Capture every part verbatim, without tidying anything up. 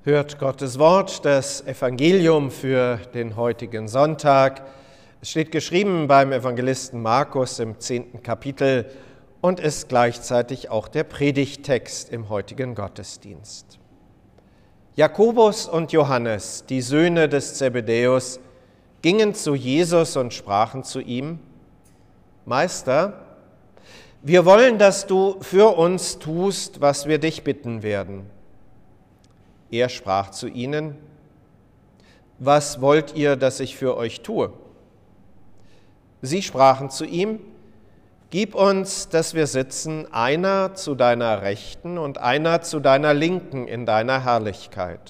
Hört Gottes Wort, das Evangelium für den heutigen Sonntag. Es steht geschrieben beim Evangelisten Markus im zehnten Kapitel und ist gleichzeitig auch der Predigttext im heutigen Gottesdienst. Jakobus und Johannes, die Söhne des Zebedäus, gingen zu Jesus und sprachen zu ihm: Meister, wir wollen, dass du für uns tust, was wir dich bitten werden. Er sprach zu ihnen: Was wollt ihr, dass ich für euch tue? Sie sprachen zu ihm: Gib uns, dass wir sitzen, einer zu deiner Rechten und einer zu deiner Linken in deiner Herrlichkeit.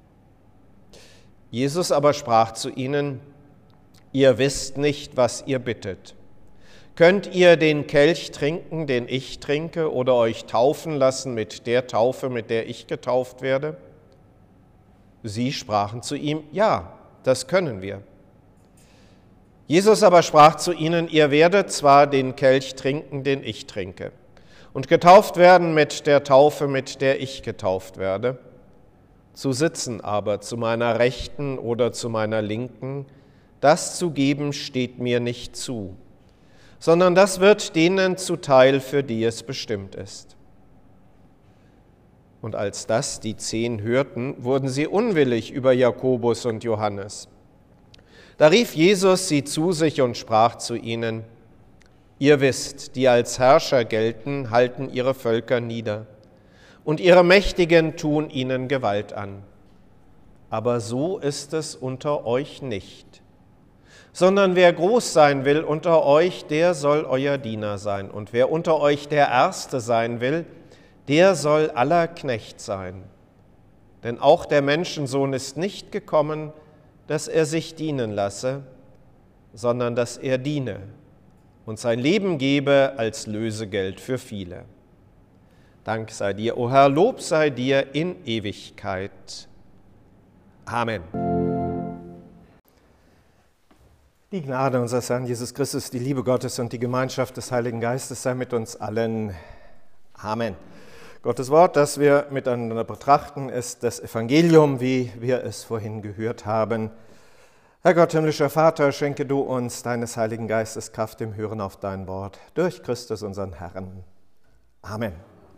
Jesus aber sprach zu ihnen: Ihr wisst nicht, was ihr bittet. Könnt ihr den Kelch trinken, den ich trinke, oder euch taufen lassen mit der Taufe, mit der ich getauft werde? Sie sprachen zu ihm: Ja, das können wir. Jesus aber sprach zu ihnen: Ihr werdet zwar den Kelch trinken, den ich trinke, und getauft werden mit der Taufe, mit der ich getauft werde. Zu sitzen aber zu meiner Rechten oder zu meiner Linken, das zu geben steht mir nicht zu, sondern das wird denen zuteil, für die es bestimmt ist. Und als das die Zehn hörten, wurden sie unwillig über Jakobus und Johannes. Da rief Jesus sie zu sich und sprach zu ihnen: Ihr wisst, die als Herrscher gelten, halten ihre Völker nieder, und ihre Mächtigen tun ihnen Gewalt an. Aber so ist es unter euch nicht. Sondern wer groß sein will unter euch, der soll euer Diener sein. Und wer unter euch der Erste sein will, der soll aller Knecht sein. Denn auch der Menschensohn ist nicht gekommen, dass er sich dienen lasse, sondern dass er diene und sein Leben gebe als Lösegeld für viele. Dank sei dir, o Herr, Lob sei dir in Ewigkeit. Amen. Die Gnade unseres Herrn Jesus Christus, die Liebe Gottes und die Gemeinschaft des Heiligen Geistes sei mit uns allen. Amen. Gottes Wort, das wir miteinander betrachten, ist das Evangelium, wie wir es vorhin gehört haben. Herr Gott, himmlischer Vater, schenke du uns deines Heiligen Geistes Kraft im Hören auf dein Wort, durch Christus unseren Herrn. Amen.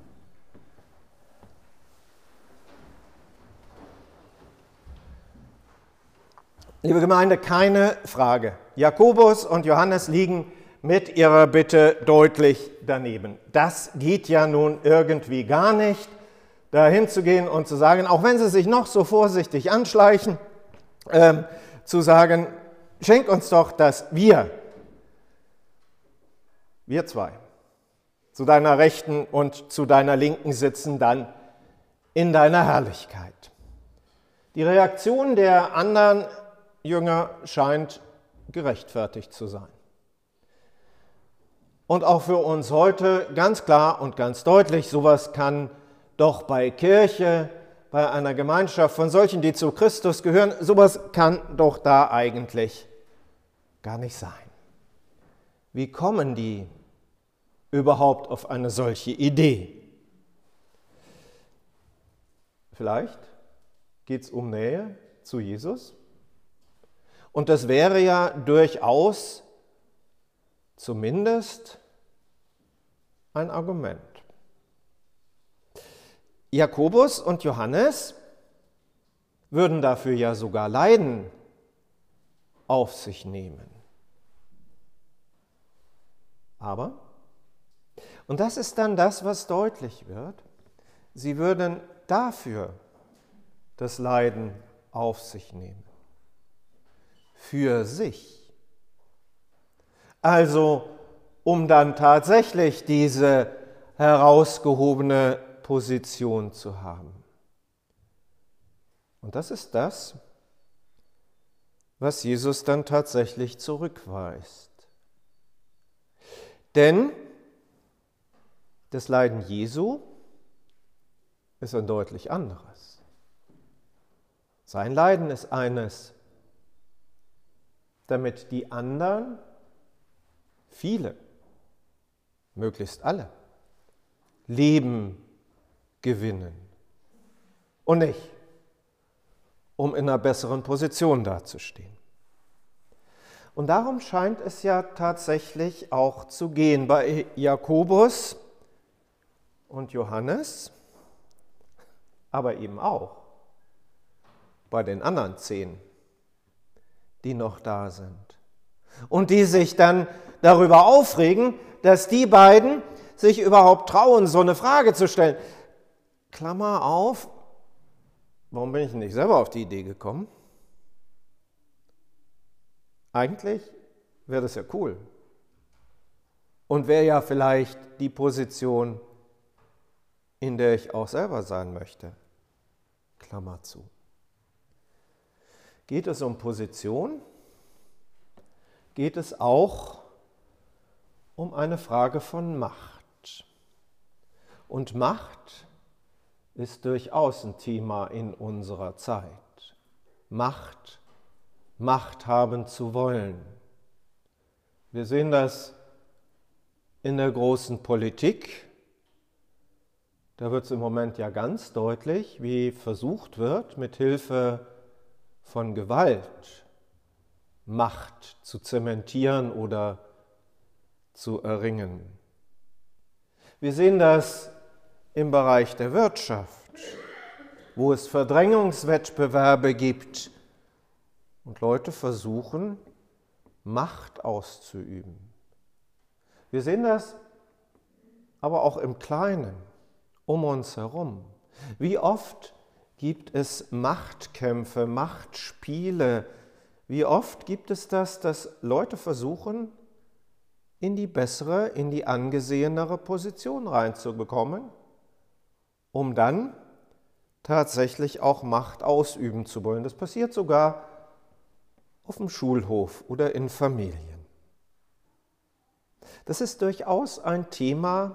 Liebe Gemeinde, keine Frage. Jakobus und Johannes liegen mit ihrer Bitte deutlich daneben. Das geht ja nun irgendwie gar nicht, da hinzugehen und zu sagen, auch wenn sie sich noch so vorsichtig anschleichen, ähm, zu sagen, schenk uns doch, dass wir, wir zwei, zu deiner Rechten und zu deiner Linken sitzen, dann in deiner Herrlichkeit. Die Reaktion der anderen Jünger scheint gerechtfertigt zu sein. Und auch für uns heute ganz klar und ganz deutlich, sowas kann doch bei Kirche, bei einer Gemeinschaft von solchen, die zu Christus gehören, sowas kann doch da eigentlich gar nicht sein. Wie kommen die überhaupt auf eine solche Idee? Vielleicht geht es um Nähe zu Jesus. Und das wäre ja durchaus zumindest ein Argument. Jakobus und Johannes würden dafür ja sogar Leiden auf sich nehmen. Aber, und das ist dann das, was deutlich wird, sie würden dafür das Leiden auf sich nehmen. Für sich. Also, um dann tatsächlich diese herausgehobene Position zu haben. Und das ist das, was Jesus dann tatsächlich zurückweist. Denn das Leiden Jesu ist ein deutlich anderes. Sein Leiden ist eines, damit die anderen, viele, möglichst alle, Leben gewinnen und nicht um in einer besseren Position dazustehen. Und darum scheint es ja tatsächlich auch zu gehen bei Jakobus und Johannes, aber eben auch bei den anderen zehn, die noch da sind. Und die sich dann darüber aufregen, dass die beiden sich überhaupt trauen, so eine Frage zu stellen. Klammer auf, warum bin ich nicht selber auf die Idee gekommen? Eigentlich wäre das ja cool und wäre ja vielleicht die Position, in der ich auch selber sein möchte. Klammer zu. Geht es um Position? Geht es auch um eine Frage von Macht? Und Macht ist durchaus ein Thema in unserer Zeit. Macht, Macht haben zu wollen. Wir sehen das in der großen Politik. Da wird es im Moment ja ganz deutlich, wie versucht wird, mit Hilfe von Gewalt Macht zu zementieren oder zu erringen. Wir sehen das im Bereich der Wirtschaft, wo es Verdrängungswettbewerbe gibt und Leute versuchen, Macht auszuüben. Wir sehen das aber auch im Kleinen, um uns herum. Wie oft gibt es Machtkämpfe, Machtspiele? Wie oft gibt es das, dass Leute versuchen, in die bessere, in die angesehenere Position reinzubekommen, um dann tatsächlich auch Macht ausüben zu wollen. Das passiert sogar auf dem Schulhof oder in Familien. Das ist durchaus ein Thema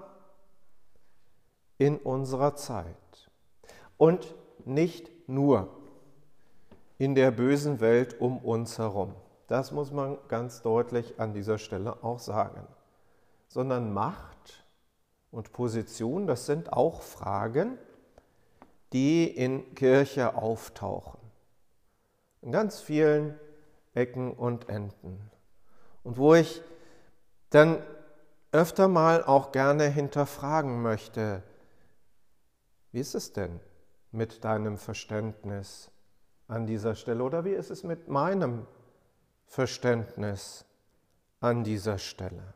in unserer Zeit und nicht nur in der bösen Welt um uns herum. Das muss man ganz deutlich an dieser Stelle auch sagen. Sondern Macht und Position, das sind auch Fragen, die in Kirche auftauchen. In ganz vielen Ecken und Enden. Und wo ich dann öfter mal auch gerne hinterfragen möchte, wie ist es denn mit deinem Verständnis an dieser Stelle oder wie ist es mit meinem Verständnis an dieser Stelle?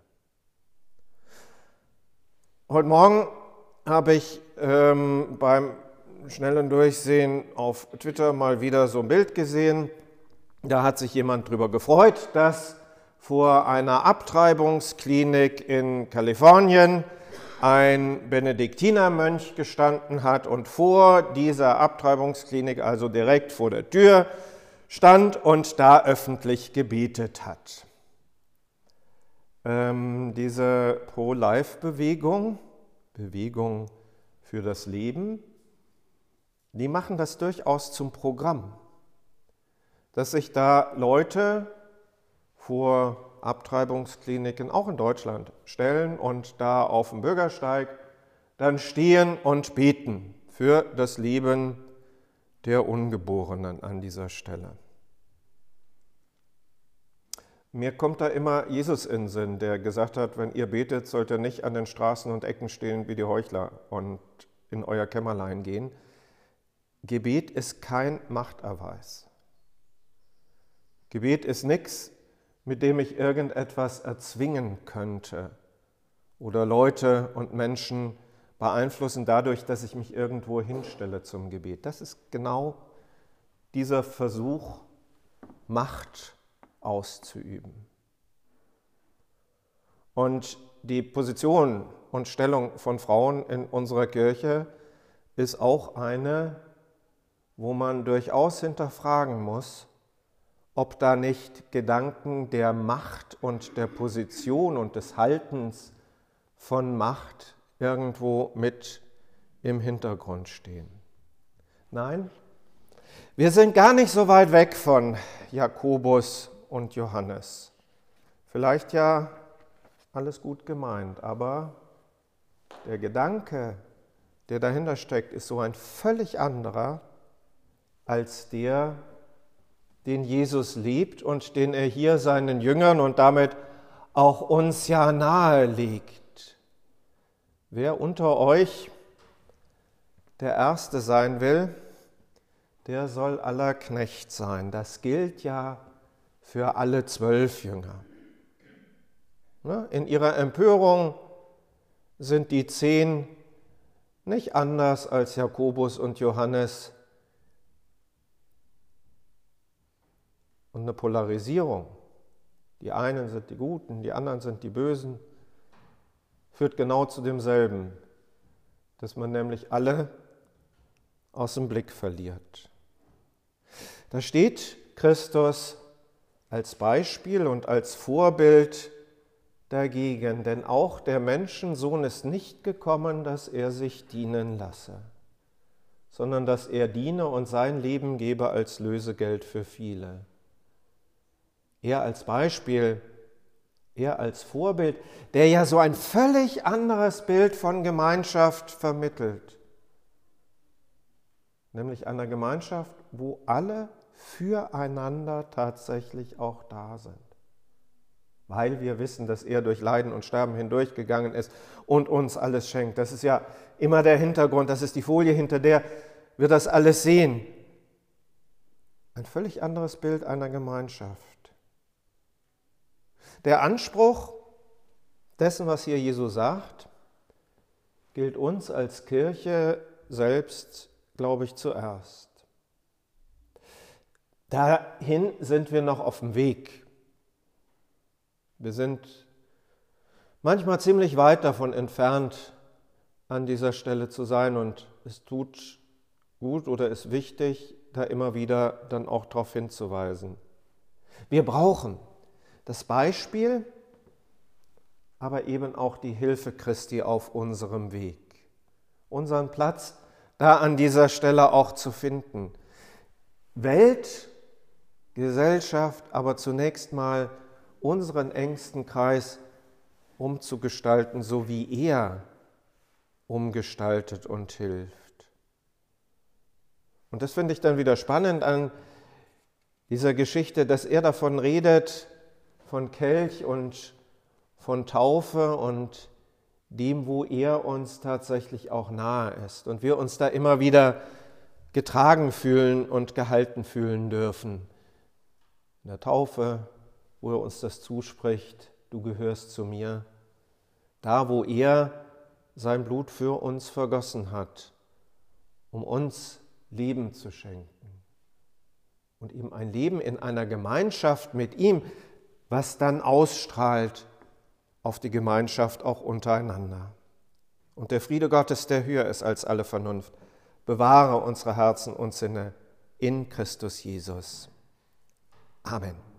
Heute Morgen habe ich ähm, beim schnellen Durchsehen auf Twitter mal wieder so ein Bild gesehen. Da hat sich jemand drüber gefreut, dass vor einer Abtreibungsklinik in Kalifornien ein Benediktinermönch gestanden hat und vor dieser Abtreibungsklinik, also direkt vor der Tür, stand und da öffentlich gebetet hat. Ähm, diese Pro-Life-Bewegung, Bewegung für das Leben, die machen das durchaus zum Programm, dass sich da Leute vor Abtreibungskliniken, auch in Deutschland, stellen und da auf dem Bürgersteig dann stehen und beten für das Leben der Ungeborenen an dieser Stelle. Mir kommt da immer Jesus in den Sinn, der gesagt hat, wenn ihr betet, sollt ihr nicht an den Straßen und Ecken stehen wie die Heuchler und in euer Kämmerlein gehen. Gebet ist kein Machterweis. Gebet ist nichts, mit dem ich irgendetwas erzwingen könnte oder Leute und Menschen beeinflussen dadurch, dass ich mich irgendwo hinstelle zum Gebet. Das ist genau dieser Versuch, Macht auszuüben. Und die Position und Stellung von Frauen in unserer Kirche ist auch eine, wo man durchaus hinterfragen muss, ob da nicht Gedanken der Macht und der Position und des Haltens von Macht irgendwo mit im Hintergrund stehen. Nein, wir sind gar nicht so weit weg von Jakobus und Johannes. Vielleicht ja alles gut gemeint, aber der Gedanke, der dahinter steckt, ist so ein völlig anderer, als der, den Jesus liebt und den er hier seinen Jüngern und damit auch uns ja nahelegt. Wer unter euch der Erste sein will, der soll aller Knecht sein. Das gilt ja für alle zwölf Jünger. In ihrer Empörung sind die zehn nicht anders als Jakobus und Johannes. Und eine Polarisierung, die einen sind die Guten, die anderen sind die Bösen, führt genau zu demselben, dass man nämlich alle aus dem Blick verliert. Da steht Christus als Beispiel und als Vorbild dagegen, denn auch der Menschensohn ist nicht gekommen, dass er sich dienen lasse, sondern dass er diene und sein Leben gebe als Lösegeld für viele. Er als Beispiel, er als Vorbild, der ja so ein völlig anderes Bild von Gemeinschaft vermittelt, nämlich einer Gemeinschaft, wo alle füreinander tatsächlich auch da sind. Weil wir wissen, dass er durch Leiden und Sterben hindurchgegangen ist und uns alles schenkt. Das ist ja immer der Hintergrund, das ist die Folie, hinter der wir das alles sehen. Ein völlig anderes Bild einer Gemeinschaft. Der Anspruch dessen, was hier Jesus sagt, gilt uns als Kirche selbst, glaube ich, zuerst. Dahin sind wir noch auf dem Weg. Wir sind manchmal ziemlich weit davon entfernt, an dieser Stelle zu sein, und es tut gut oder ist wichtig, da immer wieder dann auch darauf hinzuweisen. Wir brauchen das Beispiel, aber eben auch die Hilfe Christi auf unserem Weg. Unseren Platz da an dieser Stelle auch zu finden. Welt, Gesellschaft, aber zunächst mal unseren engsten Kreis umzugestalten, so wie er umgestaltet und hilft. Und das finde ich dann wieder spannend an dieser Geschichte, dass er davon redet, von Kelch und von Taufe und dem, wo er uns tatsächlich auch nahe ist. Und wir uns da immer wieder getragen fühlen und gehalten fühlen dürfen. In der Taufe, wo er uns das zuspricht, du gehörst zu mir. Da, wo er sein Blut für uns vergossen hat, um uns Leben zu schenken. Und ihm ein Leben in einer Gemeinschaft mit ihm, was dann ausstrahlt auf die Gemeinschaft auch untereinander. Und der Friede Gottes, der höher ist als alle Vernunft, bewahre unsere Herzen und Sinne in Christus Jesus. Amen.